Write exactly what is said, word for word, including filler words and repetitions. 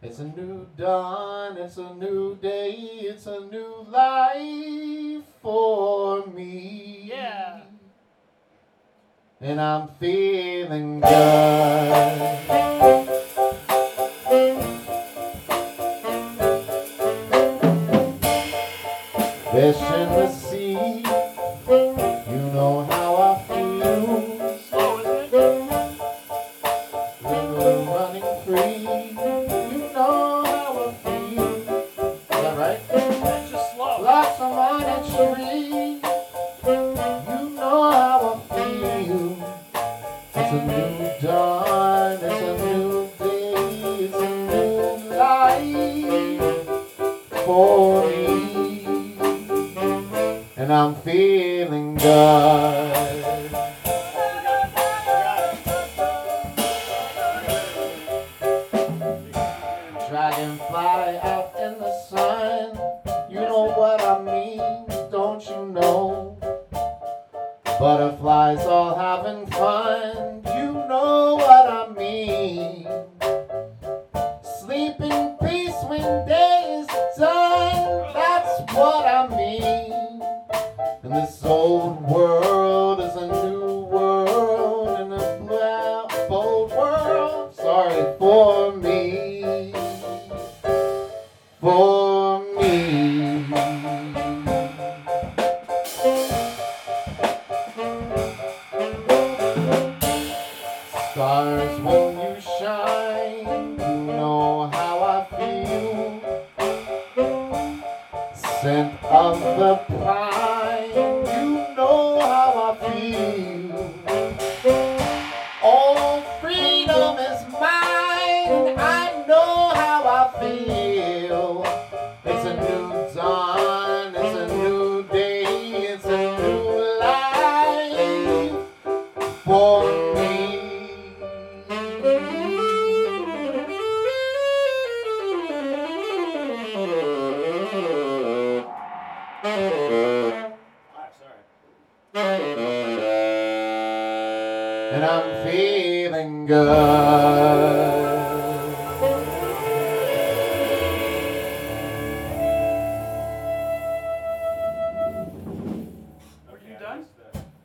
It's a new dawn, it's a new day, it's a new life for me. Yeah. And I'm feeling good. Fish in the sea, you know how I feel. Slow, isn't it? River running free, you know how I feel. Is that right? It's just slow. Lots of money, Cherie, you know how I feel. It's a new dawn, it's a new day, it's a new life for me. And I'm feeling good. Dragonfly out in the sun, you know what I mean, don't you know? Butterflies all having fun, you know what I mean. Sleep in peace when day is done, that's what I mean. And this old world is a new world, and a black bold world, sorry, for me, for me. Stars when you shine, you know how I feel. Scent of the pine, you know how I feel. All freedom is mine, I know how I feel. It's a new dawn, it's a new day, it's a new life for me. And I'm feeling good.